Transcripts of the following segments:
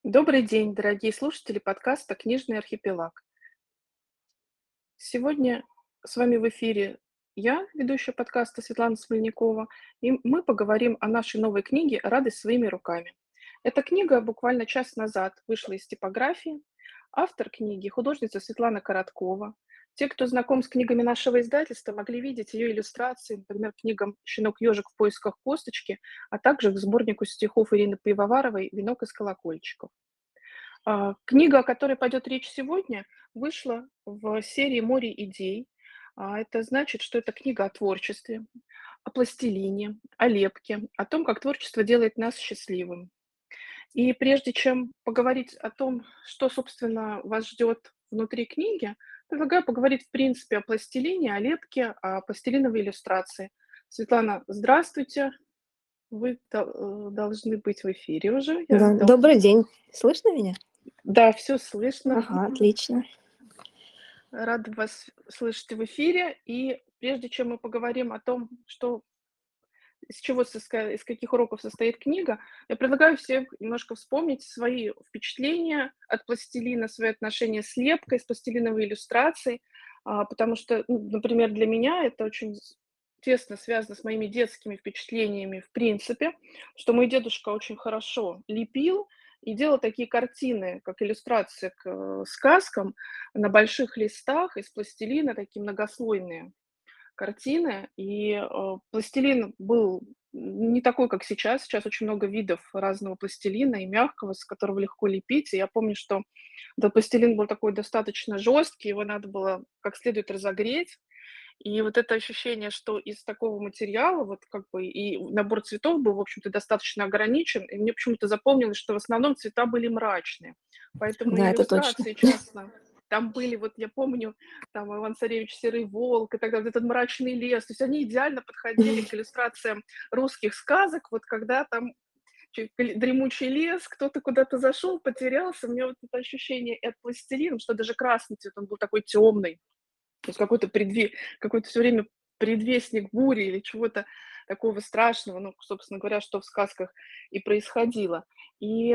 Добрый день, дорогие слушатели подкаста «Книжный архипелаг». Сегодня с вами в эфире я, ведущая подкаста Светлана Смольникова, и мы поговорим о нашей новой книге «Радость своими руками». Эта книга буквально час назад вышла из типографии. Автор книги — художница Светлана Короткова. Те, кто знаком с книгами нашего издательства, могли видеть ее иллюстрации, например, к книгам «Щенок-ежик в поисках косточки», а также к сборнику стихов Ирины Пивоваровой «Венок из колокольчиков». Книга, о которой пойдет речь сегодня, вышла в серии «Море идей». Это значит, что это книга о творчестве, о пластилине, о лепке, о том, как творчество делает нас счастливым. И прежде чем поговорить о том, что, собственно, вас ждет внутри книги, предлагаю поговорить, в принципе, о пластилине, о лепке, о пластилиновой иллюстрации. Светлана, здравствуйте. Вы должны быть в эфире уже. Да, добрый день. Слышно меня? Да, все слышно. Ага, отлично. Рада вас слышать в эфире. И прежде чем мы поговорим о том, что, из чего, из каких уроков состоит книга, я предлагаю всем немножко вспомнить свои впечатления от пластилина, свои отношения с лепкой, с пластилиновой иллюстрацией, потому что, ну, например, для меня это очень тесно связано с моими детскими впечатлениями в принципе, что мой дедушка очень хорошо лепил и делал такие картины, как иллюстрации к сказкам на больших листах из пластилина, такие многослойные картины. И пластилин был не такой, как сейчас. Сейчас очень много видов разного пластилина и мягкого, с которого легко лепить. И я помню, что этот пластилин был такой достаточно жесткий, его надо было как следует разогреть. И вот это ощущение, что из такого материала, вот как бы и набор цветов был, в общем-то, достаточно ограничен, и мне почему-то запомнилось, что в основном цвета были мрачные. Поэтому Да, это точно. иллюстрации часто там были, вот я помню, там Иван-Царевич, Серый волк, и тогда вот этот мрачный лес. То есть они идеально подходили к иллюстрациям русских сказок, вот когда там дремучий лес, кто-то куда-то зашел, потерялся. У меня вот это ощущение и от пластилина, что даже красный цвет, он был такой темный, то есть какой-то все время предвестник бури или чего-то такого страшного, ну, собственно говоря, что в сказках и происходило. И,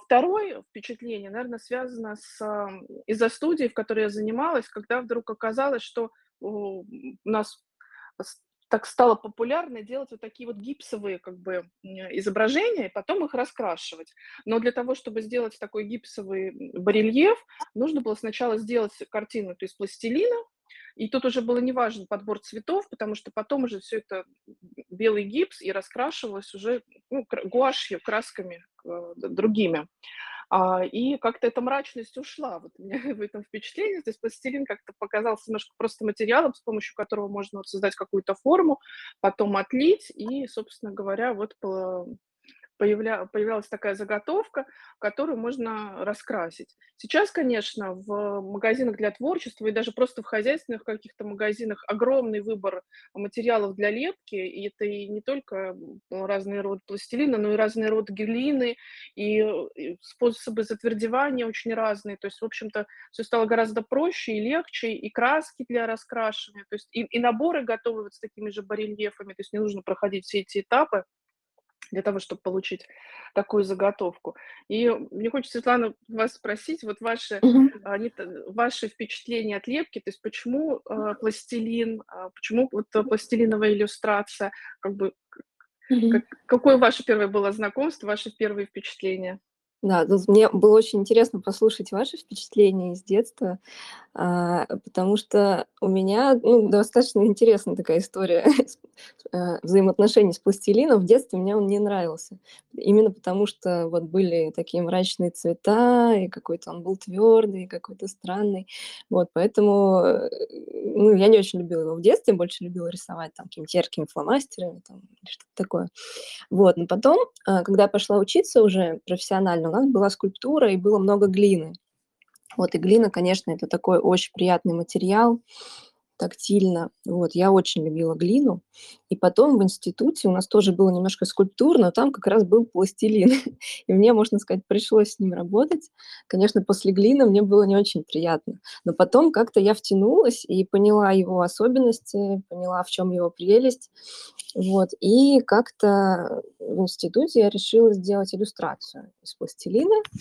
2 впечатление, наверное, связано из-за студии, в которой я занималась, когда вдруг оказалось, что у нас с так стало популярно делать вот такие вот гипсовые как бы, изображения и потом их раскрашивать. Но для того, чтобы сделать такой гипсовый, барельеф, нужно было сначала сделать картину из пластилина, и тут уже было неважен подбор цветов, потому что потом уже все это белый гипс и раскрашивалось уже, ну, гуашью, красками, другими. И как-то эта мрачность ушла. Вот у меня в этом впечатлении. То есть пластилин как-то показался немножко просто материалом, с помощью которого можно вот создать какую-то форму, потом отлить и, собственно говоря, вот появлялась такая заготовка, которую можно раскрасить. Сейчас, конечно, в магазинах для творчества и даже просто в хозяйственных каких-то магазинах огромный выбор материалов для лепки. И это и не только разные роды пластилина, но и разные роды глины, и способы затвердевания очень разные. То есть, в общем-то, все стало гораздо проще и легче, и краски для раскрашивания, то есть и наборы готовы вот с такими же барельефами, то есть не нужно проходить все эти этапы для того, чтобы получить такую заготовку. И мне хочется, Светлана, вас спросить, вот Мгм. ваши впечатления от лепки, то есть почему пластилин, почему вот пластилиновая иллюстрация, как бы, Мгм. какое ваше первое было знакомство, ваши первые впечатления? Да, тут мне было очень интересно послушать ваши впечатления из детства, потому что у меня, достаточно интересная такая история взаимоотношений с пластилином. В детстве мне он не нравился. Именно потому, что вот были такие мрачные цвета, и какой-то он был твердый, какой-то странный. Вот, поэтому, я не очень любила его в детстве, больше любила рисовать там какими-то яркими фломастерами там, или что-то такое. Вот, но потом, когда я пошла учиться уже профессионально, у нас была скульптура и было много глины. Вот, и глина, конечно, это такой очень приятный материал, тактильно. Вот, я очень любила глину. И потом в институте у нас тоже было немножко скульптур, но там как раз был пластилин. И мне, можно сказать, пришлось с ним работать. Конечно, после глины мне было не очень приятно. Но потом как-то я втянулась и поняла его особенности, поняла, в чем его прелесть. Вот, и как-то в институте я решила сделать иллюстрацию из пластилина.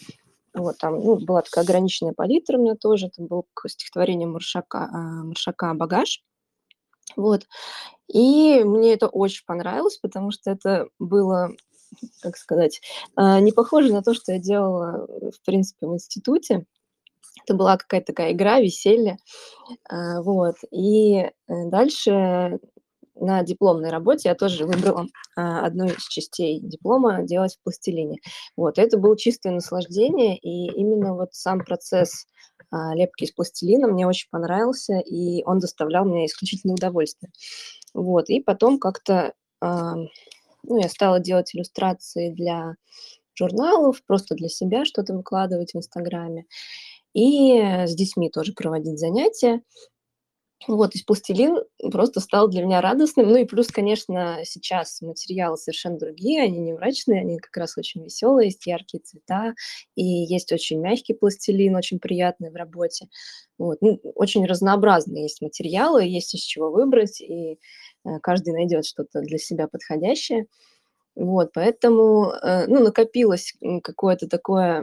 Вот там, ну, была такая ограниченная палитра у меня тоже. Это было к стихотворению Маршака «Багаж». Вот. И мне это очень понравилось, потому что это было, как сказать, не похоже на то, что я делала, в принципе, в институте. Это была какая-то такая игра, веселье. Вот. И, дальше на дипломной работе я тоже выбрала, одну из частей диплома делать в пластилине. Вот. Это было чистое наслаждение, и именно вот сам процесс, лепки из пластилина мне очень понравился, и он доставлял мне исключительное удовольствие. Вот. И потом как-то, ну, я стала делать иллюстрации для журналов, просто для себя что-то выкладывать в «Инстаграме», и с детьми тоже проводить занятия. Вот, то есть пластилин просто стал для меня радостным. Ну и плюс, конечно, сейчас материалы совершенно другие, они не мрачные, они как раз очень веселые, есть яркие цвета, и есть очень мягкий пластилин, очень приятный в работе. Вот, ну, очень разнообразные есть материалы, есть из чего выбрать, и каждый найдет что-то для себя подходящее. Вот, поэтому, ну, накопилось какое-то такое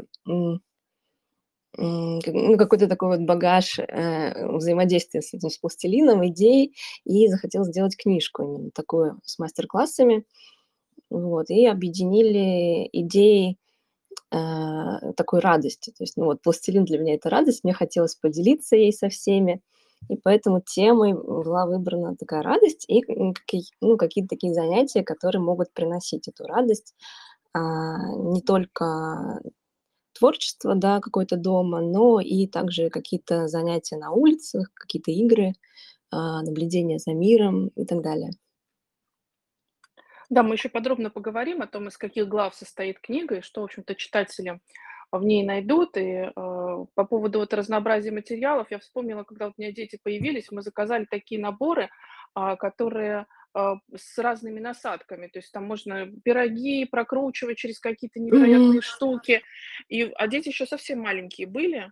ну, какой-то такой вот багаж, взаимодействия с этим, с пластилином, идей, и захотелось сделать книжку именно такую с мастер-классами. Вот, и объединили идеи, такой радости. То есть, ну, вот пластилин для меня — это радость, мне хотелось поделиться ей со всеми, и поэтому темой была выбрана такая радость и, ну, какие-то такие занятия, которые могут приносить эту радость, не только творчество, да, какое-то дома, но и также какие-то занятия на улицах, какие-то игры, наблюдение за миром и так далее. Да, мы еще подробно поговорим о том, из каких глав состоит книга и что, в общем-то, читатели в ней найдут. По поводу вот разнообразия материалов я вспомнила, когда вот у меня дети появились, мы заказали такие наборы, которые с разными насадками. То есть там можно пироги прокручивать через какие-то Мгм. невероятные штуки. А дети еще совсем маленькие были,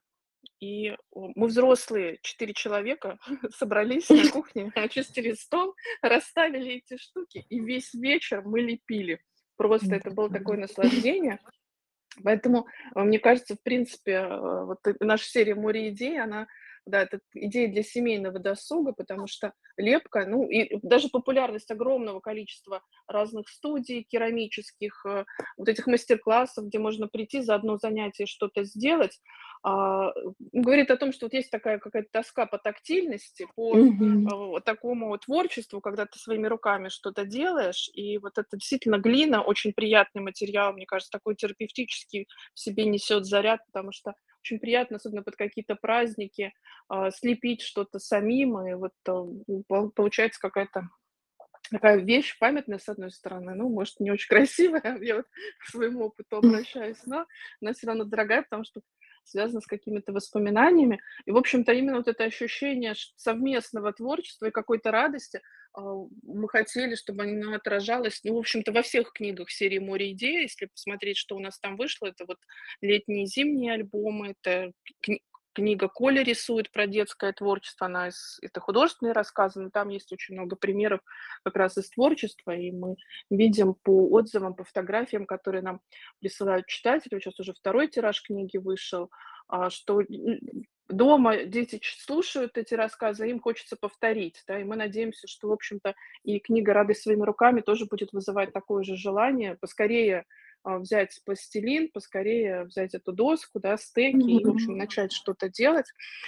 мы взрослые, 4 человека, собрались на кухне, очистили стол, расставили эти штуки, и весь вечер мы лепили. Просто это было такое наслаждение. Поэтому, мне кажется, в принципе, наша серия «Море идей», она, да, это идея для семейного досуга, потому что лепка, ну, и даже популярность огромного количества разных студий керамических, вот этих мастер-классов, где можно прийти за одно занятие что-то сделать, а, говорит о том, что вот есть такая какая-то тоска по тактильности, по Мгм. вот такому вот творчеству, когда ты своими руками что-то делаешь. И вот это действительно глина, очень приятный материал, мне кажется, такой терапевтический в себе несет заряд, потому что очень приятно, особенно под какие-то праздники, слепить что-то самим, и вот получается какая-то такая вещь памятная, с одной стороны, ну, может, не очень красивая, я вот к своему опыту обращаюсь, но она все равно дорогая, потому что связана с какими-то воспоминаниями. И, в общем-то, именно вот это ощущение совместного творчества и какой-то радости мы хотели, чтобы оно отражалось, ну, в общем-то, во всех книгах серии «Море идей». Если посмотреть, что у нас там вышло, это вот летние и зимние альбомы, это книга «Коля рисует» про детское творчество, это художественные рассказы, но там есть очень много примеров как раз из творчества, и мы видим по отзывам, по фотографиям, которые нам присылают читатели, сейчас уже второй тираж книги вышел, что дома дети слушают эти рассказы, им хочется повторить, да, и мы надеемся, что, в общем-то, и книга «Радость своими руками» тоже будет вызывать такое же желание поскорее взять пластилин, поскорее взять эту доску, да, стеки и, в общем, Мгм. начать что-то делать.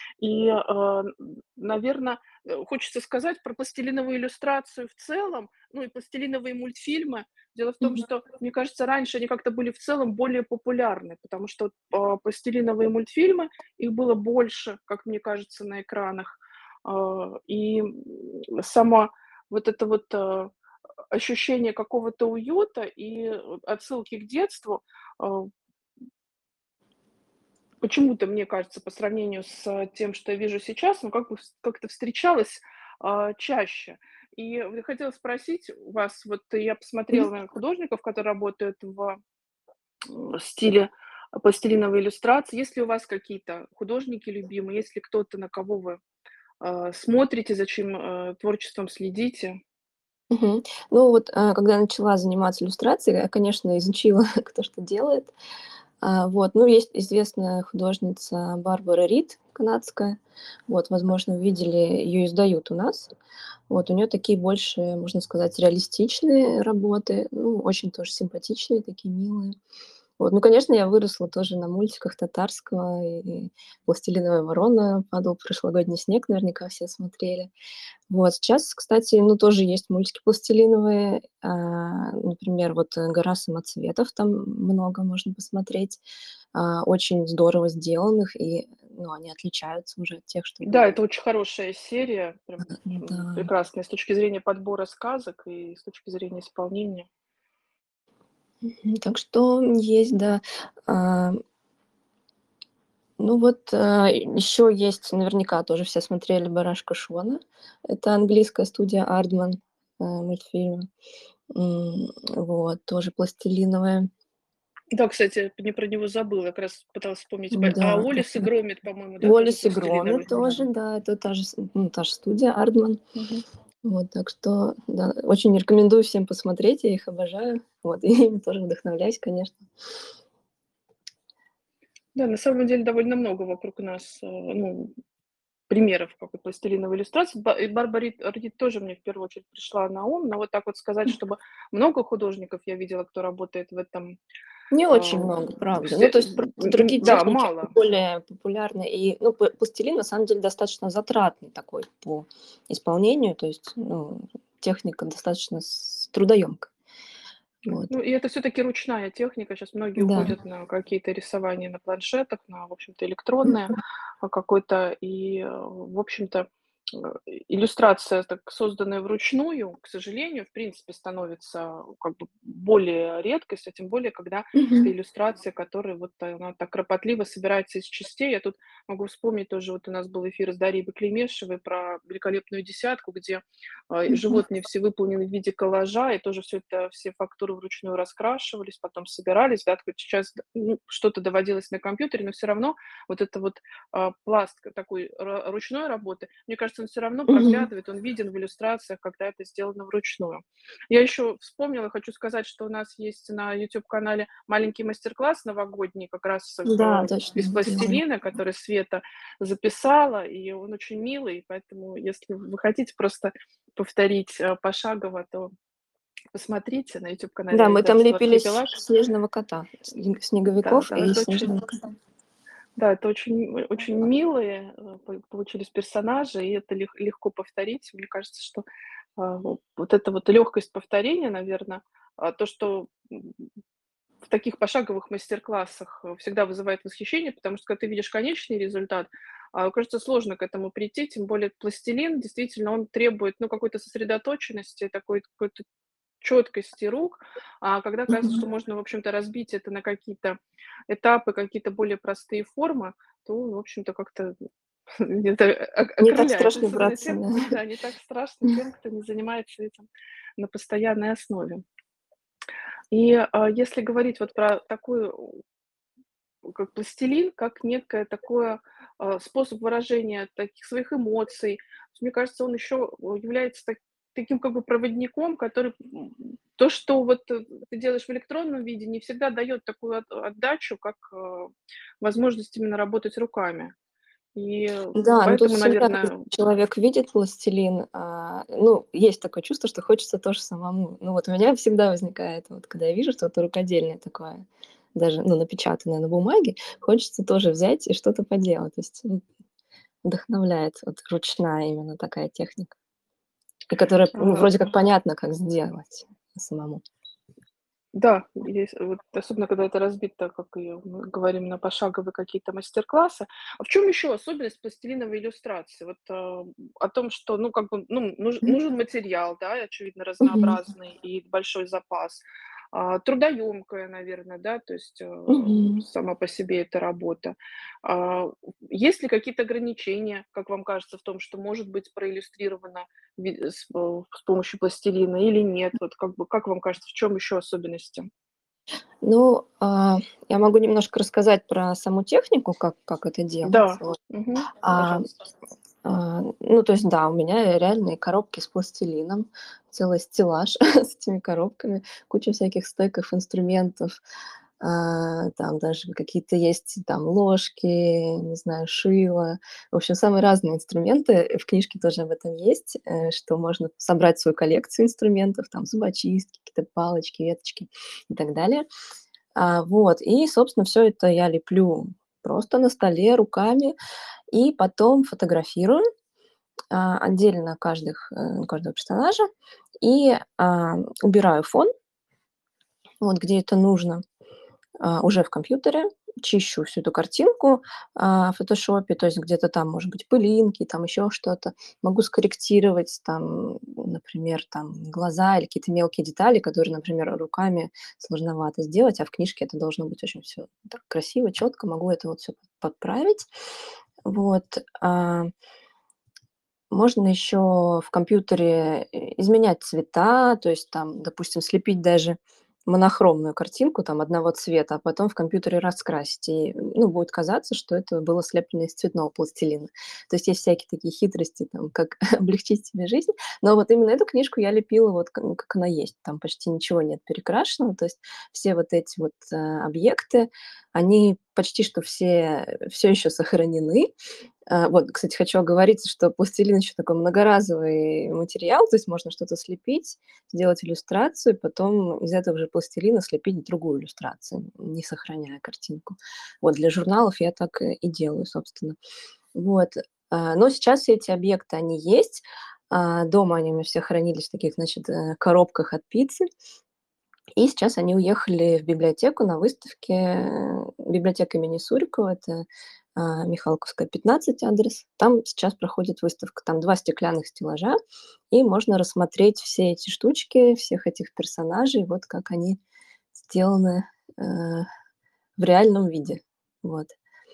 Наверно, хочется сказать про пластилиновую иллюстрацию в целом, ну и пластилиновые мультфильмы. Дело в том, Мгм. что, мне кажется, раньше они как-то были в целом более популярны, потому что пластилиновые мультфильмы, их было больше, как мне кажется, на экранах. Само вот это вот, ощущение какого-то уюта и отсылки к детству, э, почему-то, мне кажется, по сравнению с тем, что я вижу сейчас, ну, как бы как-то встречалось, чаще. И вот я хотела спросить у вас, вот я Мгм. посмотрела на художников, которые работают в, стиле пластилиновой иллюстрации. Есть ли у вас какие-то художники любимые? Есть ли кто-то, на кого вы, смотрите, за чьим, творчеством следите? Мгм. Ну вот, когда начала заниматься иллюстрацией, я, конечно, изучила, кто что делает. Вот, ну, есть известная художница Барбара Рид, канадская. Вот, возможно, вы видели, ее издают у нас. Вот, у нее такие больше, можно сказать, реалистичные работы, ну, очень тоже симпатичные, такие милые. Вот, ну, конечно, я выросла тоже на мультиках Татарского, и «Пластилиновая ворона», «Падал прошлогодний снег», наверняка все смотрели. Вот сейчас, кстати, ну, тоже есть мультики пластилиновые. Например, вот «Гора самоцветов», там много можно посмотреть, очень здорово сделанных, и, ну, они отличаются уже от тех, что Да, были. это очень хорошая серия, прям, Да. прекрасная с точки зрения подбора сказок и с точки зрения исполнения. Так что есть, да. А, ну вот, еще есть, наверняка тоже все смотрели «Барашка Шона». Это английская студия Aardman, мультфильмы. Вот, тоже пластилиновые. Да, кстати, не про него забыла, как раз пыталась вспомнить. А Да, «Уоллес и это Громит», по-моему, да, тоже «Уоллес и Громит» пластилиновый? тоже, да, это та же студия Aardman. Мгм. Вот, так что, да, очень рекомендую всем посмотреть, я их обожаю. Вот, и ими тоже вдохновляюсь, конечно. Да, на самом деле довольно много вокруг нас, ну, примеров какой пластилиновой иллюстрации. И Барбара Рид тоже мне в первую очередь пришла на ум, но вот так вот сказать, чтобы много художников я видела, кто работает в этом, Не очень а, много, правда. Ну, то есть просто другие да, техники мало. более популярны. И, ну, пластилин на самом деле достаточно затратный такой по исполнению, то есть, ну, техника достаточно трудоемкая. Вот. Ну, и это все таки ручная техника. Сейчас многие Да. уходят на какие-то рисования на планшетах, на, в общем-то, электронное, какое-то. И, в общем-то, иллюстрация, так созданная вручную, к сожалению, в принципе, становится как бы более редкостью, а тем более, когда это Мгм. иллюстрация, которая вот она так кропотливо собирается из частей. Я тут могу вспомнить тоже, вот у нас был эфир с Дарьей Баклемешевой про «Великолепную десятку», где Мгм. животные все выполнены в виде коллажа, и тоже все это, все фактуры вручную раскрашивались, потом собирались, да, хоть сейчас, ну, что-то доводилось на компьютере, но все равно вот это вот, пласт такой ручной работы, мне кажется, он все равно Мгм. проглядывает, он виден в иллюстрациях, когда это сделано вручную. Я еще вспомнила, хочу сказать, что у нас есть на YouTube-канале маленький мастер-класс новогодний, как раз Да, точно, из делала. пластилина, который Света записала, и он очень милый, поэтому если вы хотите просто повторить, пошагово, то посмотрите на Да, YouTube-канале мы там издательства лепили «Архипелаг». снежного кота, Да, снеговиков да, и это очень, снежного кота. да, это очень милые, получились персонажи, и это легко повторить. Мне кажется, что, вот эта вот легкость повторения, наверно, то, что, в таких пошаговых мастер-классах, всегда вызывает восхищение, потому что когда ты видишь конечный результат, кажется, сложно к этому прийти. Тем более пластилин, действительно, он требует, ну, какой-то сосредоточенности, такой какой-то четкости рук. А когда кажется, что Мгм. можно, в общем-то, разбить это на какие-то этапы, какие-то более простые формы, то, в общем-то, как-то это Не так окрыляет. страшно Особенно браться, тем, да. да, не так страшно тем, кто не занимается этим на постоянной основе. И, если говорить вот про такую, как пластилин, как некое такое, способ выражения таких своих эмоций. Мне кажется, он еще является таким как бы проводником, который, то, что вот, ты делаешь в электронном виде, не всегда дает такую отдачу, как, возможность именно работать руками. И, Да, ну тут поэтому, всегда, когда наверное, человек видит пластилин, ну, есть такое чувство, что хочется тоже самому. Ну вот у меня всегда возникает, вот когда я вижу что-то рукодельное такое, даже, ну, напечатанное на бумаге, хочется тоже взять и что-то поделать. То есть, вдохновляет вот ручная именно такая техника, и которая, ну, а, вроде как понятно, как сделать самому. да, есть, вот особенно когда это разбито, как и мы говорим, на пошаговые какие-то мастер-классы. А в чем еще особенность пластилиновой иллюстрации? Вот, о том, что, ну, как бы, ну, Мгм. нужен материал, да, и, очевидно, Мгм. разнообразный и большой запас. Трудоемкая, наверное, да, то есть, Мгм. сама по себе эта работа. А, есть ли какие-то ограничения, как вам кажется, в том, что может быть проиллюстрировано с помощью пластилина или нет? Вот как бы, как вам кажется, в чем еще особенности? Ну, я могу немножко рассказать про саму технику, как это Да, делается. Вот. мгм, А, пожалуйста. ну, то есть, да, у меня реальные коробки с пластилином, целый стеллаж с этими коробками, куча всяких стеков, инструментов. там даже какие-то есть там ложки, не знаю, шило. В общем, самые разные инструменты. В книжке тоже об этом есть, что можно собрать свою коллекцию инструментов, там зубочистки, какие-то палочки, веточки и так далее. Вот, и, собственно, все это я леплю просто на столе руками и потом фотографирую, отдельно каждого персонажа и, убираю фон, вот где это нужно, уже в компьютере, чищу всю эту картинку, в "Фотошопе", то есть где-то там, может быть, пылинки, там еще что-то. Могу скорректировать там, например, там глаза или какие-то мелкие детали, которые, например, руками сложновато сделать, а в книжке это должно быть очень все так красиво, четко. Могу это вот все подправить. Вот, можно еще в компьютере, изменять цвета, то есть там, допустим, слепить даже монохромную картинку там одного цвета, а потом в компьютере раскрасить. И, ну, будет казаться, что это было слеплено из цветного пластилина. То есть есть всякие такие хитрости, там, как облегчить себе жизнь. Но вот именно эту книжку я лепила вот как она есть. Там почти ничего нет перекрашенного. То есть все вот эти вот объекты, они почти что все еще сохранены. Вот, кстати, хочу оговориться, что пластилин еще такой многоразовый материал, то есть можно что-то слепить, сделать иллюстрацию, потом из этого же пластилина слепить другую иллюстрацию, не сохраняя картинку. Вот для журналов я так и делаю, собственно. Вот, но сейчас все эти объекты, они есть. Дома они у меня все хранились в таких, значит, коробках от пиццы. И сейчас они уехали в библиотеку на выставке, библиотека имени Сурикова, это, Михалковская, 15 адрес. Там сейчас проходит выставка, там 2 стеклянных стеллажа, и можно рассмотреть все эти штучки, всех этих персонажей, вот как они сделаны, в реальном виде. Вот.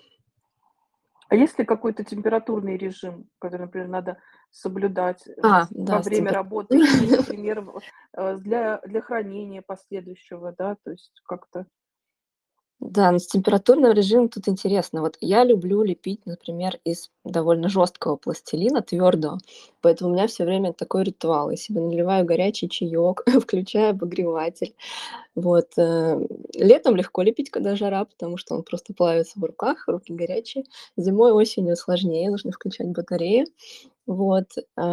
А есть ли какой-то температурный режим, который, например, надо соблюдать, во Да, с время работы температурой. или, например, для хранения последующего, да, то есть как-то. Да, но с температурным режимом тут интересно. Вот я люблю лепить, например, из довольно жесткого пластилина, твердого, поэтому у меня все время такой ритуал. Я себе наливаю горячий чаек, включаю обогреватель. Вот, летом легко лепить, когда жара, потому что он просто плавится в руках, руки горячие. Зимой, осенью сложнее, нужно включать батарею. Вот,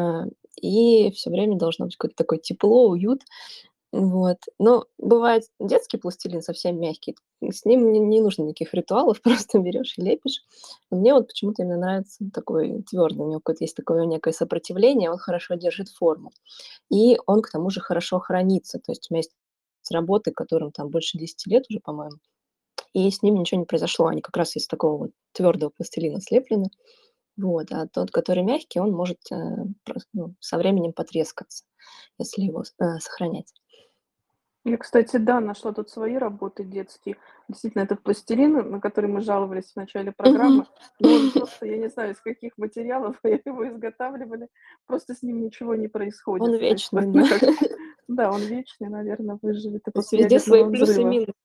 и все время должно быть какое-то такое тепло, уют. Вот. Но бывает детский пластилин совсем мягкий. С ним не нужно никаких ритуалов, просто берешь и лепишь. Но мне вот почему-то именно нравится такой твердый. У него какое-то есть такое некое сопротивление, он хорошо держит форму. И он к тому же хорошо хранится. То есть у меня есть работы, которым там больше 10 лет уже, по-моему, и с ними ничего не произошло. Они как раз из такого вот твердого пластилина слеплены. Вот. А тот, который мягкий, он может ну, со временем потрескаться, если его сохранять. Я, кстати, да, нашла тут свои работы детские. Действительно, этот пластилин, на который мы жаловались в начале Мгм. программы, но он просто, я не знаю, из каких материалов его изготавливали, просто с ним ничего не Он происходит. То есть вот, вечный, ну да. как, да, он вечный, наверное, выживет и То есть после везде свои ядерного плюсы и взрыва. минусы.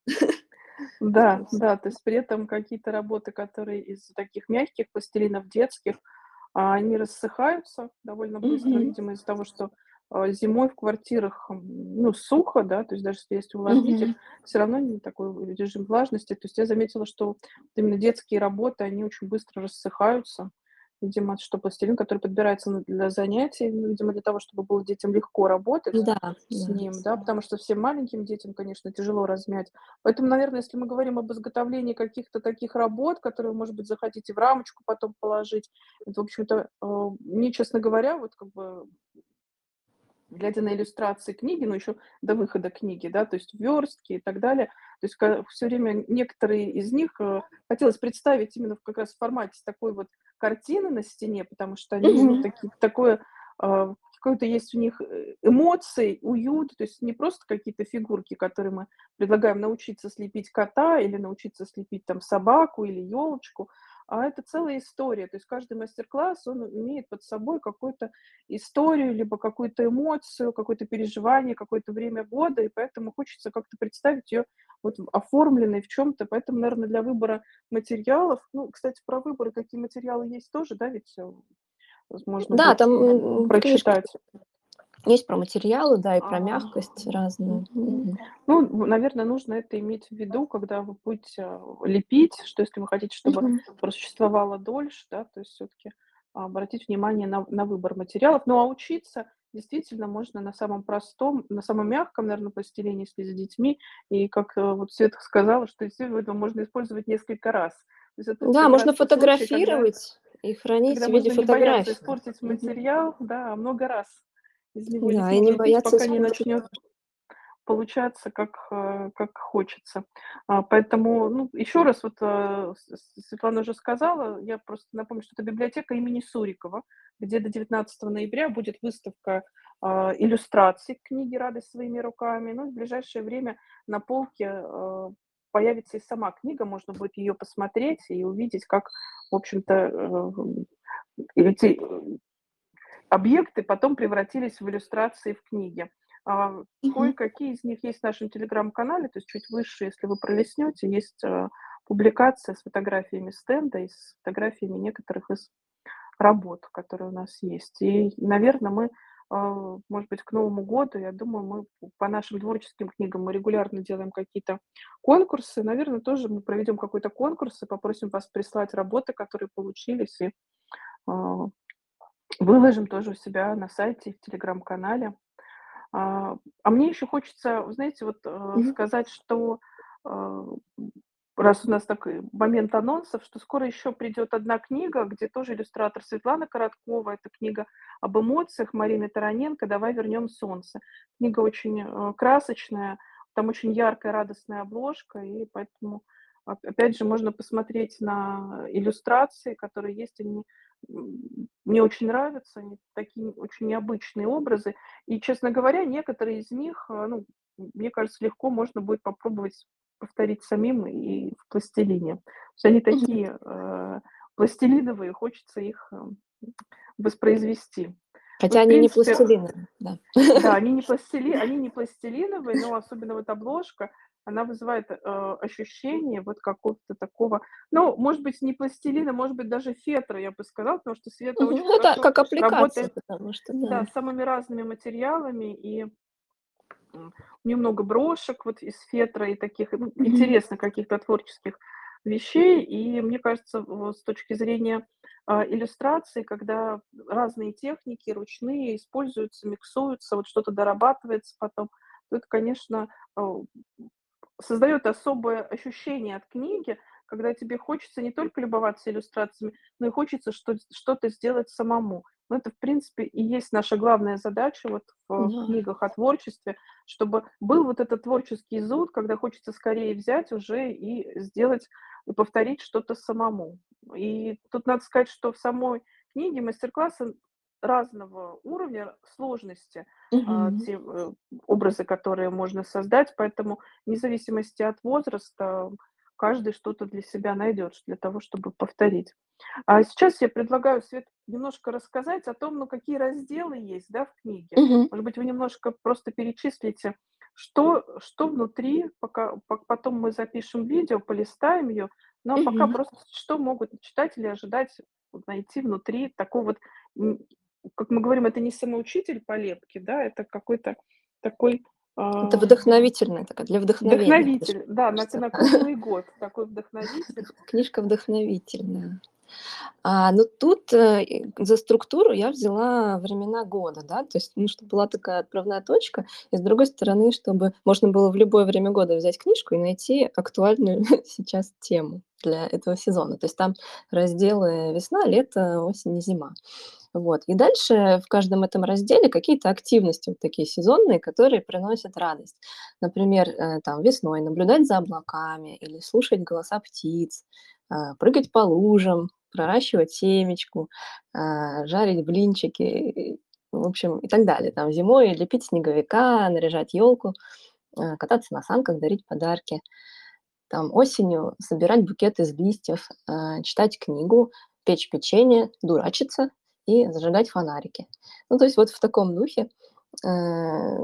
Да, да, то есть при этом какие-то работы, которые из таких мягких пластилинов детских, они рассыхаются довольно быстро, Мгм. видимо, из-за того, что, зимой в квартирах, ну, сухо, да, то есть даже если есть увлажнитель, Мгм. все равно не такой режим влажности. То есть я заметила, что вот именно детские работы, они очень быстро рассыхаются. Видимо, что пластилин, который подбирается для занятий, ну, видимо, для того, чтобы было детям легко работать Да, с да. ним, да, потому что всем маленьким детям, конечно, тяжело размять. Поэтому, наверное, если мы говорим об изготовлении каких-то таких работ, которые вы, может быть, захотите в рамочку потом положить, это, в общем-то, мне, честно говоря, вот как бы глядя на иллюстрации книги, ну, еще до выхода книги, да, то есть верстки и так далее, то есть все время некоторые из них хотелось представить именно как раз в формате такой вот картины на стене, потому что они, ну, Мгм. такие, такое, какой-то есть у них эмоции, уют, то есть не просто какие-то фигурки, которые мы предлагаем научиться слепить кота или научиться слепить там собаку или елочку, а это целая история. То есть каждый мастер-класс, он имеет под собой какую-то историю, либо какую-то эмоцию, какое-то переживание, какое-то время года, и поэтому хочется как-то представить ее вот оформленной в чем-то. Поэтому, наверное, для выбора материалов, ну, кстати, про выбор, какие материалы есть тоже, да, ведь можно Да, будет там, в книжке прочитать. Есть про материалы, да, и про А, мягкость разную. мгм. Ну, наверное, нужно это иметь в виду, когда вы будете, лепить, что если вы хотите, чтобы Мгм. просуществовало дольше, да, то есть все таки обратить внимание на выбор материалов. Ну, а учиться действительно можно на самом простом, на самом мягком, наверное, пластилине, если с детьми. И как, вот Света сказала, что действительно это можно использовать несколько раз. То есть это Да, как можно раз тот случай, когда фотографировать и хранить когда в виде можно не бояться фотографий. испортить Мгм. материал, да, а много раз из него Да, и не лепить, бояться пока не испортить. начнет получаться, как хочется. Поэтому, ну, еще раз, вот, Светлана уже сказала, я просто напомню, что это библиотека имени Сурикова, где до 19 ноября будет выставка, иллюстраций к книге «Радость своими руками». Ну, в ближайшее время на полке, появится и сама книга, можно будет ее посмотреть и увидеть, как, в общем-то, эти объекты потом превратились в иллюстрации в книге. Мгм. Кое-какие из них есть в нашем телеграм-канале, то есть чуть выше, если вы пролистнете, есть, публикация с фотографиями стенда и с фотографиями некоторых из работ, которые у нас есть. И, наверно, мы, может быть, к Новому году, я думаю, мы по нашим творческим книгам мы регулярно делаем какие-то конкурсы. Наверно, тоже мы проведем какой-то конкурс и попросим вас прислать работы, которые получились, и, а, выложим тоже у себя на сайте, в телеграм-канале. Мне еще хочется, вы знаете, вот, Мгм. сказать, что, а, раз у нас такой момент анонсов, что скоро еще придет одна книга, где тоже иллюстратор Светлана Короткова. Это книга об эмоциях Марины Тараненко «Давай вернем солнце». Книга очень, красочная, там очень яркая, радостная обложка, и поэтому, опять же, можно посмотреть на иллюстрации, которые есть. Они, мне очень нравятся, они такие очень необычные образы. И, честно говоря, некоторые из них, ну, мне кажется, легко можно будет попробовать повторить самим и в пластилине. То есть они Мгм. такие, пластилиновые, хочется их, воспроизвести. Ну, Хотя в они не принципе, пластилиновые, да. да, они не пластилиновые, но особенно вот обложка, она вызывает, ощущение вот какого-то такого, ну, может быть, не пластилина, может быть, даже фетра, я бы сказала, потому что Света Мгм. очень Ну, это хорошо как аппликация, работает, потому что, да, да. с самыми разными материалами, и у нее много брошек вот из фетра и таких, ну, Мгм. интересных каких-то творческих вещей. И мне кажется, вот с точки зрения, иллюстрации, когда разные техники ручные используются, миксуются, вот что-то дорабатывается потом, то это, конечно, а, создаёт особое ощущение от книги, когда тебе хочется не только любоваться иллюстрациями, но и хочется что-то сделать самому. Ну, это, в принципе, и есть наша главная задача вот в Да. книгах о творчестве, чтобы был вот этот творческий зуд, когда хочется скорее взять уже и сделать, и повторить что-то самому. И тут надо сказать, что в самой книге мастер-классы разного уровня сложности, Мгм. те, образы, которые можно создать, поэтому вне зависимости от возраста каждый что-то для себя найдет для того, чтобы повторить. А сейчас я предлагаю, Свет, немножко рассказать о том, ну, какие разделы есть, да, в книге. Мгм. Может быть, вы немножко просто перечислите, что внутри, пока потом мы запишем видео, полистаем ее, но пока Мгм. просто что могут читатели ожидать вот найти внутри такой вот, м, как мы говорим, это не самоучитель по лепке, да, это какой-то такой, Это а, вдохновительная такая, для вдохновения даже, вдохновитель, да, кажется. на круглый год такой вдохновитель. Книжка вдохновительная. Ну, тут, за структуру я взяла времена года, да, то есть, ну, чтобы была такая отправная точка, и, с другой стороны, чтобы можно было в любое время года взять книжку и найти актуальную сейчас тему для этого сезона. То есть там разделы весна, лето, осень и зима. Вот. И дальше в каждом этом разделе какие-то активности вот такие сезонные, которые приносят радость. Например, там весной наблюдать за облаками или слушать голоса птиц, прыгать по лужам, проращивать семечку, жарить блинчики, в общем, и так далее. Там зимой лепить снеговика, наряжать елку, кататься на санках, дарить подарки. Там осенью собирать букет из листьев, читать книгу, печь печенье, дурачиться и зажигать фонарики. Ну, то есть вот в таком духе, э,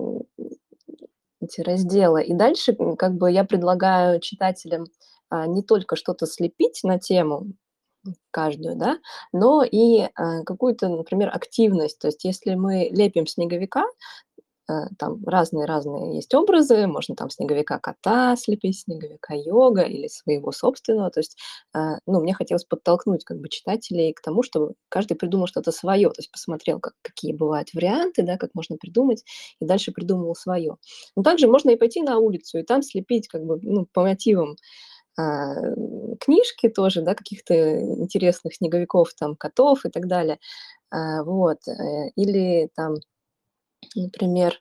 эти разделы. И дальше, как бы я предлагаю читателям, не только что-то слепить на тему, каждую, да, но и какую-то, например, активность. То есть если мы лепим снеговика, там разные-разные есть образы, можно там снеговика-кота слепить, снеговика-йога или своего собственного. То есть, ну, мне хотелось подтолкнуть как бы читателей к тому, чтобы каждый придумал что-то свое, то есть посмотрел, какие бывают варианты, да, как можно придумать, и дальше придумал свое. Но также можно и пойти на улицу, и там слепить как бы, ну, по мотивам а, книжки тоже, да, каких-то интересных снеговиков, там, котов и так далее. Вот. Или там, например,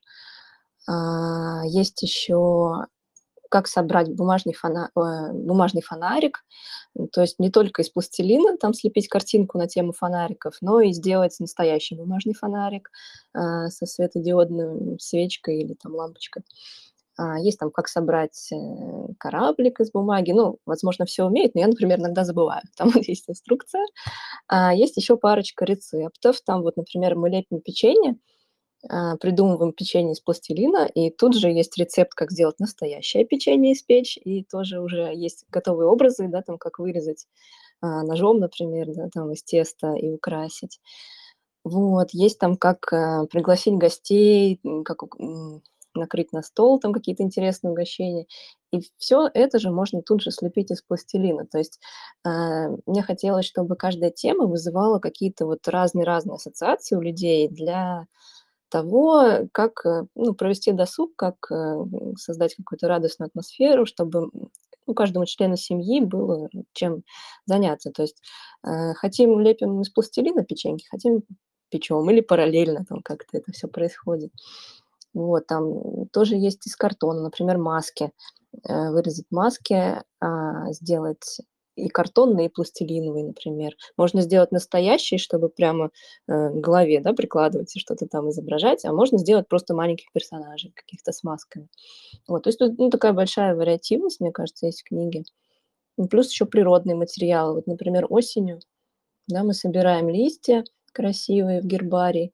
есть еще как собрать бумажный фонарик. То есть не только из пластилина там слепить картинку на тему фонариков, но и сделать настоящий бумажный фонарик со светодиодной свечкой или там лампочкой. Есть там, как собрать кораблик из бумаги. Ну, возможно, все умеют, но я, например, иногда забываю. Там вот есть инструкция. Есть еще парочка рецептов. Там вот, например, мы лепим печенье, придумываем печенье из пластилина, и тут же есть рецепт, как сделать настоящее печенье испечь, и тоже уже есть готовые образы, да, там, как вырезать ножом, например, да, там, из теста и украсить. Вот, есть там, как пригласить гостей, накрыть на стол там какие-то интересные угощения. И все это же можно тут же слепить из пластилина. То есть мне хотелось, чтобы каждая тема вызывала какие-то вот разные-разные ассоциации у людей для того, как, ну, провести досуг, как, создать какую-то радостную атмосферу, чтобы, ну, каждому члену семьи было чем заняться. То есть, хотим- лепим из пластилина печеньки, хотим- печем или параллельно там как-то это все происходит. Вот, там тоже есть из картона, например, маски. Вырезать маски, сделать и картонные, и пластилиновые, например. Можно сделать настоящие, чтобы прямо, к голове, да, прикладывать и что-то там изображать, а можно сделать просто маленьких персонажей каких-то с масками. Вот, то есть тут, ну, такая большая вариативность, мне кажется, есть в книге. Ну, плюс еще природные материалы. Вот, например, осенью, да, мы собираем листья красивые в гербарий,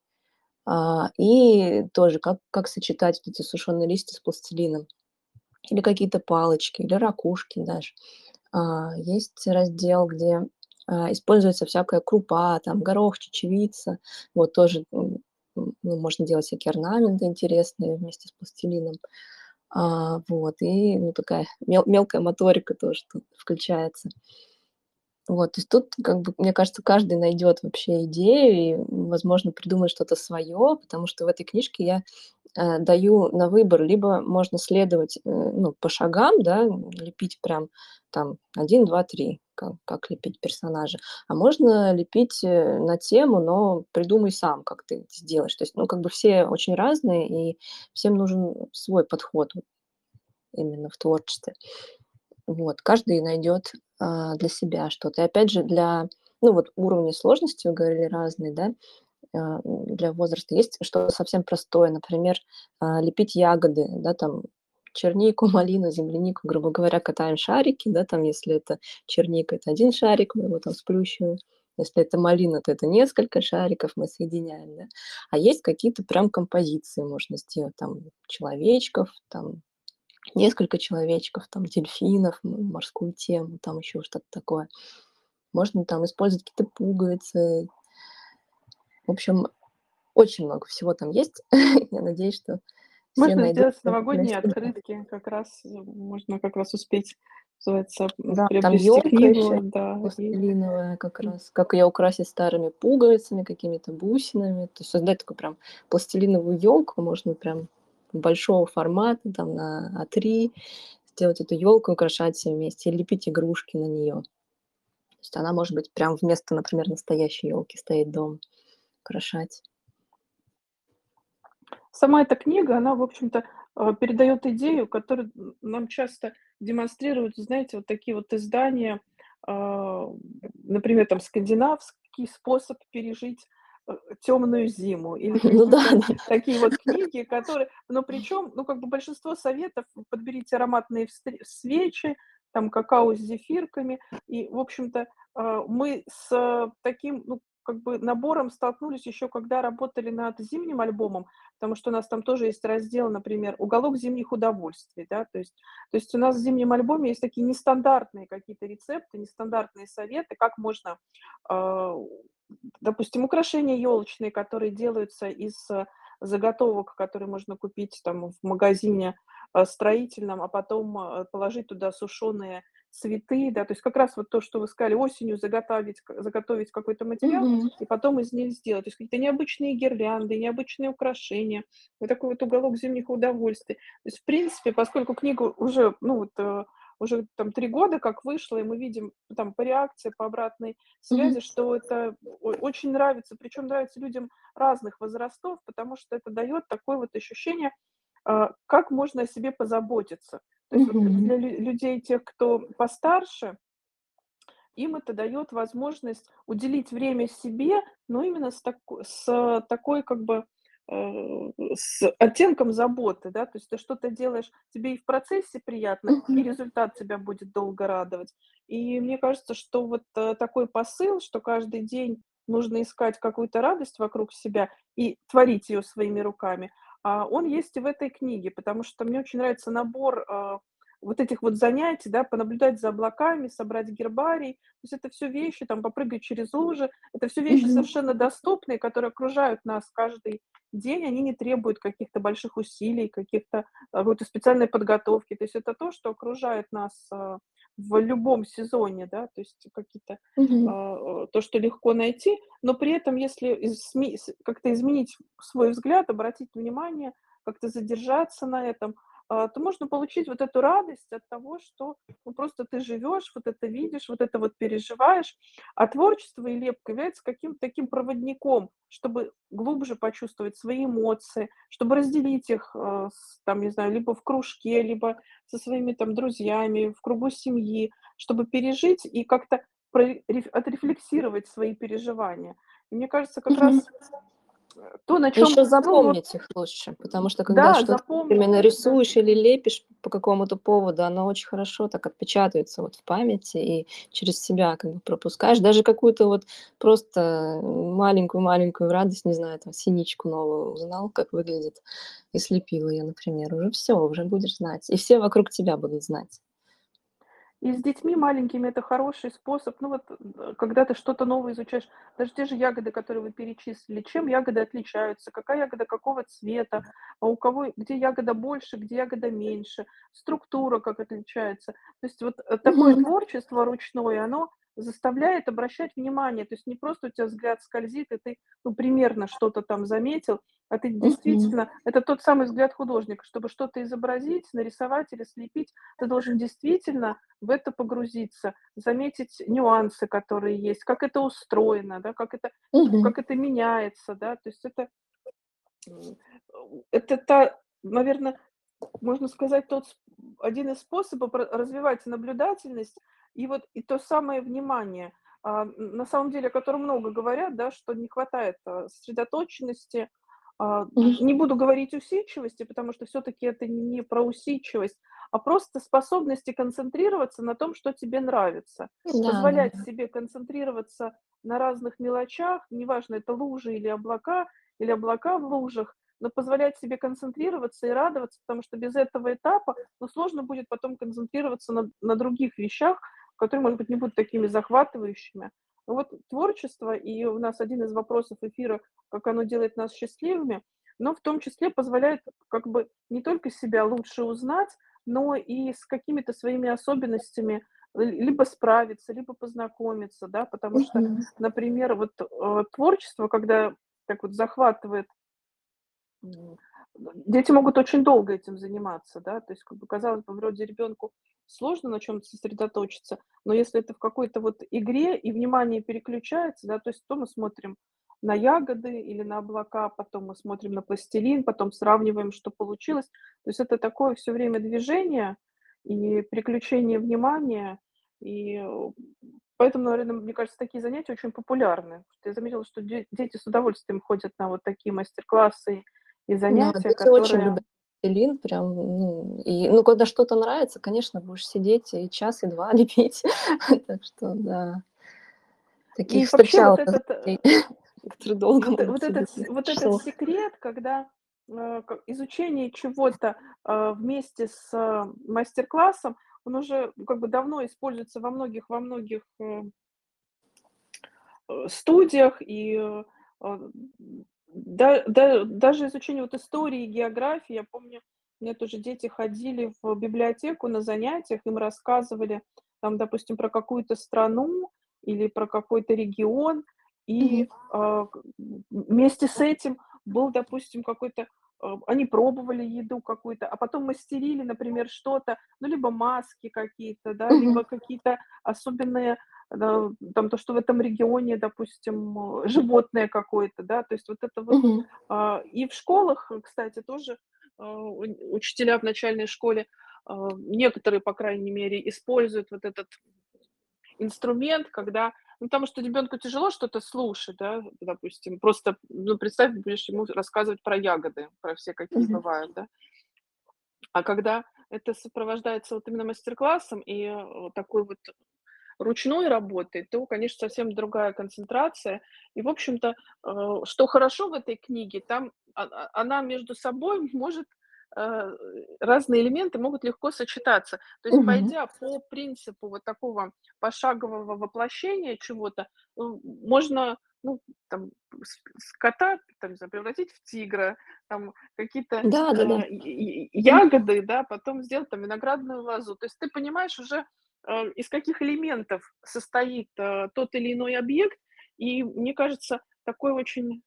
и тоже как сочетать вот эти сушеные листья с пластилином. Или какие-то палочки, или ракушки даже. Есть раздел, где, используется всякая крупа, там горох, чечевица. Вот тоже, ну, можно делать всякие орнаменты интересные вместе с пластилином. Вот, и, ну, такая мелкая моторика тоже тут включается. Вот, то есть тут, как бы, мне кажется, каждый найдет вообще идею и, возможно, придумает что-то свое, потому что в этой книжке я даю на выбор: либо можно следовать, ну, по шагам, да, лепить прям там один, 2, 3, как лепить персонажа, а можно лепить на тему, но придумай сам, как ты это сделаешь. То есть, ну, как бы все очень разные, и всем нужен свой подход вот именно в творчестве. Вот, каждый найдет, для себя что-то. И опять же, для, ну, вот уровни сложности, вы говорили, разные, да, для возраста. Есть что-то совсем простое, например, лепить ягоды, да, там чернику, малину, землянику, грубо говоря, катаем шарики, да, там, если это черника, это один шарик, мы его там сплющиваем. Если это малина, то это несколько шариков мы соединяем, да. А есть какие-то прям композиции можно сделать, там, человечков, там, несколько человечков, там, дельфинов, морскую тему, там еще что-то такое. Можно там использовать какие-то пуговицы. В общем, очень много всего там есть. Я надеюсь, что все Можно найдут сделать для новогодние себя. открытки, как раз, можно как раз успеть, называется, Да, там приобрести елка книгу, еще да, и пластилиновая как раз. Как ее украсить старыми пуговицами, какими-то бусинами. То есть создать такую прям пластилиновую елку можно прям большого формата, там на А3, сделать эту елку, украшать все вместе, и лепить игрушки на нее. То есть она может быть прям вместо, например, настоящей елки стоять дома, украшать. сама эта книга, она, в общем-то, передает идею, которую нам часто демонстрируют, знаете, вот такие вот издания, а, например, там скандинавский способ пережить темную зиму или Ну да, какие-то да. такие вот книги, которые, но причем, ну как бы большинство советов: подберите ароматные свечи, там какао с зефирками, и, в общем-то, мы с таким, ну как бы набором столкнулись еще, когда работали над зимним альбомом. потому что у нас там тоже есть раздел, например, "Уголок зимних удовольствий", да, то есть у нас в зимнем альбоме есть такие нестандартные какие-то рецепты, нестандартные советы, как можно, а, допустим, украшения елочные, которые делаются из заготовок, которые можно купить там в магазине строительном, а потом положить туда сушеные цветы, да, то есть как раз вот то, что вы сказали, осенью заготовить какой-то материал Мгм. и потом из них сделать. То есть какие-то необычные гирлянды, необычные украшения, вот такой вот уголок зимних удовольствий. То есть, в принципе, поскольку книга уже, ну вот, уже там 3 года как вышла, и мы видим там по реакции, по обратной Мгм. связи, что это очень нравится, причем нравится людям разных возрастов, потому что это дает такое вот ощущение, как можно о себе позаботиться. То есть вот Мгм. для людей, тех, кто постарше, им это дает возможность уделить время себе, но именно с такой как бы, с оттенком заботы, да. То есть ты что-то делаешь, тебе и в процессе приятно, и Мгм. результат тебя будет долго радовать. И мне кажется, что вот, такой посыл, что каждый день нужно искать какую-то радость вокруг себя и творить ее своими руками, он есть и в этой книге, потому что мне очень нравится набор, вот этих вот занятий, да, понаблюдать за облаками, собрать гербарий. То есть это все вещи, там, попрыгать через лужи. Это все вещи Мгм. совершенно доступные, которые окружают нас каждый день. Они не требуют каких-то больших усилий, какой-то специальной подготовки. То есть это то, что окружает нас, в любом сезоне, да, то есть какие-то, Мгм. то, что легко найти. Но при этом, если как-то изменить свой взгляд, обратить внимание, как-то задержаться на этом, то можно получить вот эту радость от того, что, ну, просто ты живешь, вот это видишь, вот это вот переживаешь. А творчество и лепка является каким-то таким проводником, чтобы глубже почувствовать свои эмоции, чтобы разделить их, там, не знаю, либо в кружке, либо со своими там друзьями, в кругу семьи, чтобы пережить и как-то отрефлексировать свои переживания. И мне кажется, как Мгм. раз то, на чем, Еще ну вот, запомнить их лучше, потому что когда да, что-то запомнить, именно да. рисуешь или лепишь по какому-то поводу, оно очень хорошо так отпечатывается вот в памяти и через себя как бы пропускаешь. Даже какую-то вот просто маленькую-маленькую радость, не знаю, там синичку новую узнал, как выглядит, и слепил ее, например. Уже все, уже будешь знать. И все вокруг тебя будут знать. И с детьми маленькими это хороший способ. Ну вот, когда ты что-то новое изучаешь, даже те же ягоды, которые вы перечислили, чем ягоды отличаются, какая ягода какого цвета, а у кого где ягода больше, где ягода меньше, структура как отличается. То есть вот, такое Мгм. творчество ручное, оно заставляет обращать внимание. То есть не просто у тебя взгляд скользит, и ты, ну, примерно что-то там заметил, а ты Мгм. действительно это тот самый взгляд художника. Чтобы что-то изобразить, нарисовать или слепить, ты должен действительно в это погрузиться, заметить нюансы, которые есть, как это устроено, да, Мгм. как это меняется, да. То есть м, это наверно, можно сказать, один из способов развивать наблюдательность и вот и то самое внимание, на самом деле, о котором много говорят, да, что не хватает, сосредоточенности. Мгм. Не буду говорить усидчивости, потому что все таки это не про усидчивость, а просто способности концентрироваться на том, что тебе нравится. Позволять Да-да-да. себе концентрироваться на разных мелочах, неважно, это лужи или облака в лужах, но позволять себе концентрироваться и радоваться, потому что без этого этапа, ну, сложно будет потом концентрироваться на других вещах, которые, может быть, не будут такими захватывающими. Ну вот творчество, и у нас один из вопросов эфира, как оно делает нас счастливыми, но в том числе позволяет как бы не только себя лучше узнать, но и с какими-то своими особенностями либо справиться, либо познакомиться, да, потому что, Мгм. например, вот творчество, когда так вот захватывает. М, Дети могут очень долго этим заниматься, да, то есть, как бы, казалось бы, вроде ребенку сложно на чем то сосредоточиться, но если это в какой-то вот игре и внимание переключается, да, то есть то мы смотрим на ягоды или на облака, потом мы смотрим на пластилин, потом сравниваем, что получилось. То есть это такое все время движение и переключение внимания, и, поэтому, наверное, мне кажется, такие занятия очень популярны. Я заметила, что дети с удовольствием ходят на вот такие мастер-классы и Да, занятия, дети очень которые. любят пластилин, прям, ну, и, ну, когда что-то нравится, конечно, будешь сидеть и час, и 2 лепить. Так что да, И таких вообще встречала родителей, которые долго вот могут сидеть этот несколько вот этот часов. секрет, когда изучение чего-то вместе с мастер-классом, он уже как бы давно используется во многих студиях, и а, даже изучение вот истории, географии. Я помню, у меня тоже дети ходили в библиотеку на занятиях, им рассказывали там, допустим, про какую-то страну или про какой-то регион, Мгм. и вместе с этим был, допустим, какой-то они пробовали еду какую-то, а потом мастерили, например, что-то, ну, либо маски какие-то, да, Мгм. либо какие-то особенные, да, там то, что в этом регионе, допустим, животное какое-то, да, то есть вот это вот. Мгм. И в школах, кстати, тоже учителя в начальной школе, некоторые, по крайней мере, используют вот этот инструмент, когда, ну, потому что ребенку тяжело что-то слушать, да, допустим, просто, ну, представь, будешь ему рассказывать про ягоды, про все, какие Мгм. бывают, да. А когда это сопровождается вот именно мастер-классом и такой вот ручной работой, то, конечно, совсем другая концентрация. И, в общем-то, что хорошо в этой книге, там она между собой может, э, разные элементы могут легко сочетаться. То есть, Мгм. пойдя по принципу вот такого пошагового воплощения чего-то, можно, ну, там, с кота, там, не знаю, превратить в тигра, там, какие-то Да-да-да. Мгм. ягоды, да, потом сделать там виноградную лозу. То есть ты понимаешь уже, из каких элементов состоит, тот или иной объект. И мне кажется, такой очень,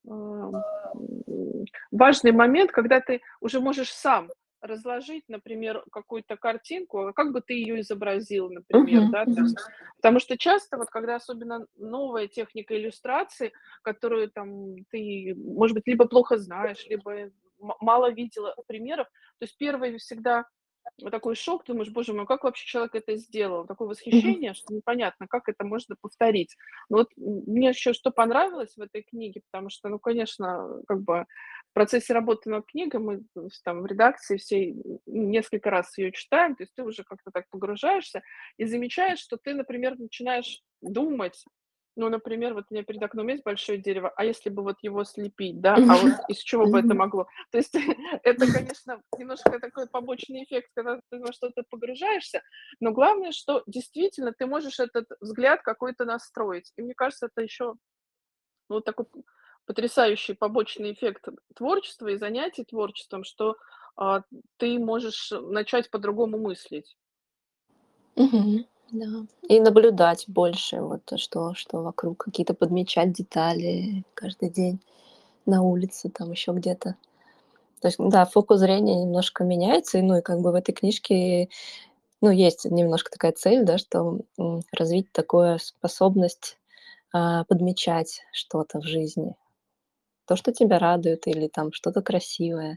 важный момент, когда ты уже можешь сам разложить, например, какую-то картинку, а как бы ты ее изобразил, например, Мгм. да, то Мгм. есть. Потому что часто вот, когда особенно новая техника иллюстрации, которую там ты, может быть, либо плохо знаешь, либо мало видела примеров, то есть первый всегда вот такой шок, думаешь: "Боже мой, как вообще человек это сделал?" Такое Мгм. восхищение, что непонятно, как это можно повторить. Но вот мне еще что понравилось в этой книге, потому что, ну, конечно, как бы в процессе работы над книгой мы там в редакции всей несколько раз ее читаем, то есть ты уже как-то так погружаешься и замечаешь, что ты, например, начинаешь думать, ну, например, вот у меня перед окном есть большое дерево, а если бы вот его слепить, да, а вот из чего бы это Мгм. могло? То есть это, конечно, немножко такой побочный эффект, когда ты во что-то погружаешься, но главное, что действительно ты можешь этот взгляд какой-то настроить. И мне кажется, это еще вот такой потрясающий побочный эффект творчества и занятий творчеством, что ты можешь начать по-другому мыслить. Мгм. Да. И наблюдать больше, вот то, что вокруг, какие-то подмечать детали каждый день на улице, там еще где-то. То есть, да, фокус зрения немножко меняется, и, ну, и как бы в этой книжке, ну, есть немножко такая цель, да, что, развить такую способность, подмечать что-то в жизни. То, что тебя радует, или там что-то красивое.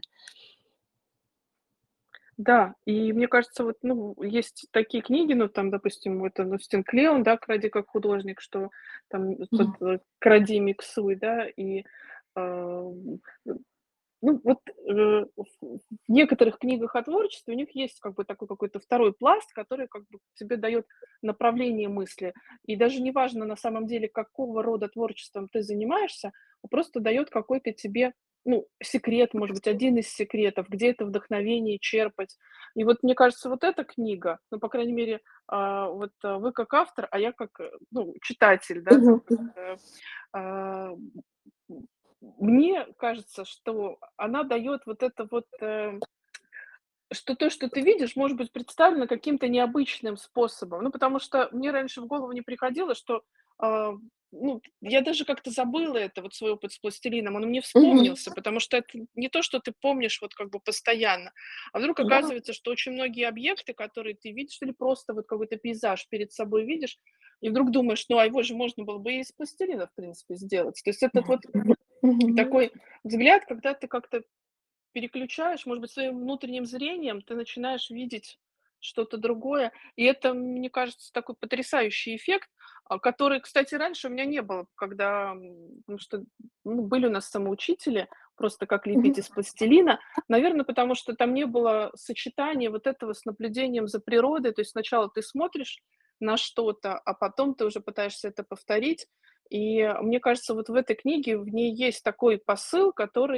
Да, и мне кажется, вот, ну, есть такие книги, ну, там, допустим, это Остин Клеон, да, "Кради как художник", что там Мгм. "Кради, миксуй", да, и, а, ну, вот, в некоторых книгах о творчестве у них есть как бы такой какой-то второй пласт, который как бы тебе дает направление мысли. И даже неважно на самом деле, какого рода творчеством ты занимаешься, а просто дает какой-то тебе, ну, секрет, может быть, один из секретов, где это вдохновение черпать. И вот мне кажется, вот эта книга, ну, по крайней мере, вот, вы как автор, а я как, ну, читатель, да, там, Мгм. как, а, мне кажется, что она дает вот это вот, что то, что ты видишь, может быть представлено каким-то необычным способом. Ну, потому что мне раньше в голову не приходило, что, а, ну, я даже как-то забыла это, вот свой опыт с пластилином, он мне Мгм. вспомнился, потому что это не то, что ты помнишь вот как бы постоянно, а вдруг Да. оказывается, что очень многие объекты, которые ты видишь, или просто вот какой-то пейзаж перед собой видишь, и вдруг думаешь, ну, а его же можно было бы и из пластилина, в принципе, сделать. То есть этот вот Мгм. такой взгляд, когда ты как-то переключаешь, может быть, своим внутренним зрением, ты начинаешь видеть что-то другое. И это, мне кажется, такой потрясающий эффект, который, кстати, раньше у меня не было, когда, потому что, ну, были у нас самоучители, просто как Мгм. лепить из пластилина. Наверное, потому что там не было сочетания вот этого с наблюдением за природой. То есть сначала ты смотришь на что-то, а потом ты уже пытаешься это повторить. И мне кажется, вот в этой книге в ней есть такой посыл, который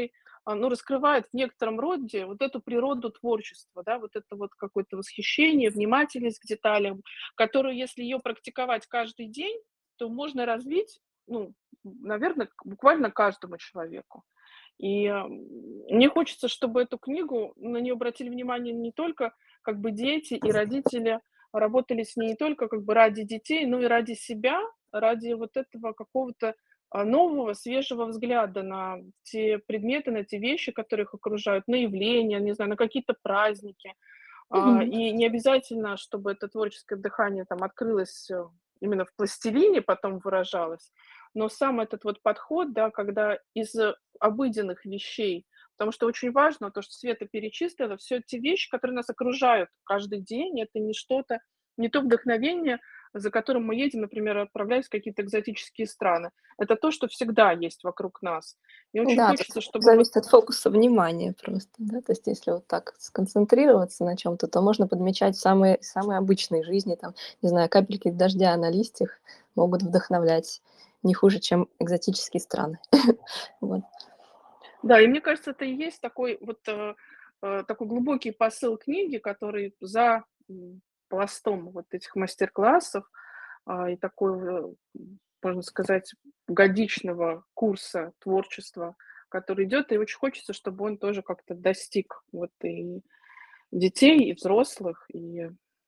ну, раскрывает в некотором роде вот эту природу творчества, да, вот это вот какое-то восхищение, внимательность к деталям, которую, если ее практиковать каждый день, то можно развить, ну, наверное, буквально каждому человеку. И, мне хочется, чтобы эту книгу, на нее обратили внимание не только как бы дети и родители, работали с ней не только как бы ради детей, но и ради себя, ради вот этого какого-то, нового, свежего взгляда на те предметы, на те вещи, которые их окружают, на явления, не знаю, на какие-то праздники. Мгм. И не обязательно, чтобы это творческое дыхание там открылось, именно в пластилине, потом выражалось, но сам этот вот подход, да, когда из обыденных вещей, потому что очень важно то, что Света перечислила, все те вещи, которые нас окружают каждый день, это не что-то, не то вдохновение, за которым мы едем, например, отправляясь в какие-то экзотические страны. Это то, что всегда есть вокруг нас. И очень Да, тут хочется, чтобы вот зависит от фокуса внимания просто, да. То есть если вот так сконцентрироваться на чем то то можно подмечать самые обычные жизни, там, не знаю, капельки дождя на листьях могут вдохновлять не хуже, чем экзотические страны. Вот. да, и мне кажется, это и есть такой вот, такой глубокий посыл книги, который за, пластом вот этих мастер-классов, и такого, можно сказать, годичного курса творчества, который идет. И очень хочется, чтобы он тоже как-то достиг вот и детей, и взрослых, и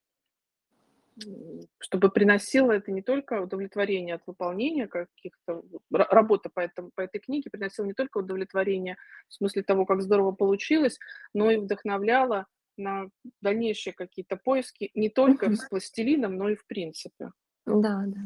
чтобы приносило это не только удовлетворение от выполнения каких-то работы по этой книге приносила не только удовлетворение в смысле того, как здорово получилось, но и вдохновляло на дальнейшие какие-то поиски не только Мгм. с пластилином, но и в принципе. Да, да.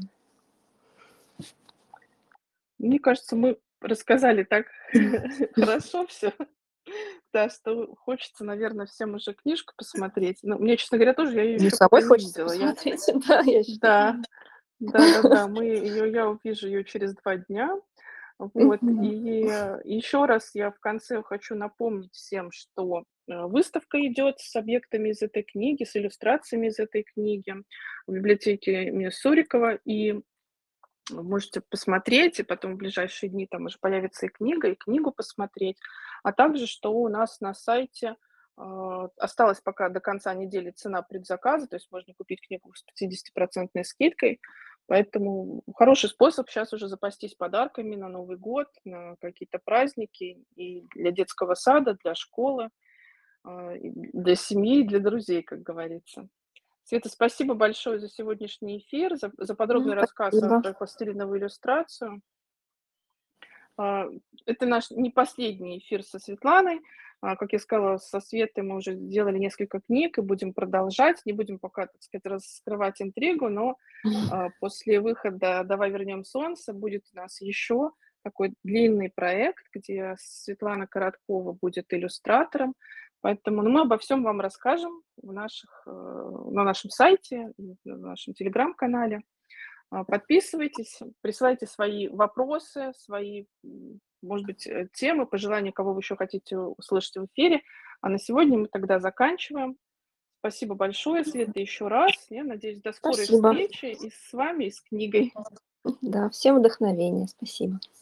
Мне кажется, мы рассказали так хорошо все, да, что хочется, наверное, всем уже книжку посмотреть. Но мне, честно говоря, тоже, я ее Мне еще самой пока не хочется видела. Я посмотреть, да, я считаю. да, да-да-да, я увижу ее через 2 дня. Вот, Мгм. и, еще раз я в конце хочу напомнить всем, что, выставка идет с объектами из этой книги, с иллюстрациями из этой книги в библиотеке имени Сурикова. И вы можете посмотреть, и потом в ближайшие дни там уже появится и книга, и книгу посмотреть. А также, что у нас на сайте, осталась пока до конца недели цена предзаказа, то есть можно купить книгу с 50% скидкой. Поэтому хороший способ сейчас уже запастись подарками на Новый год, на какие-то праздники и для детского сада, для школы, и для семьи, и для друзей, как говорится. Света, спасибо большое за сегодняшний эфир, за подробный рассказ Спасибо. про пластилиновую иллюстрацию. А, это наш не последний эфир со Светланой. Как я сказала, со Светой мы уже сделали несколько книг и будем продолжать. Не будем пока, так сказать, раскрывать интригу, но после выхода «Давай вернем солнце» будет у нас еще такой длинный проект, где Светлана Короткова будет иллюстратором. Поэтому мы обо всем вам расскажем на нашем сайте, на нашем телеграм-канале. Подписывайтесь, присылайте свои вопросы, свои, может быть, темы, пожелания, кого вы еще хотите услышать в эфире. А на сегодня мы тогда заканчиваем. Спасибо большое, Света, еще раз. Я надеюсь, до скорой Спасибо. встречи и с вами, и с книгой. Да, всем вдохновения. Спасибо.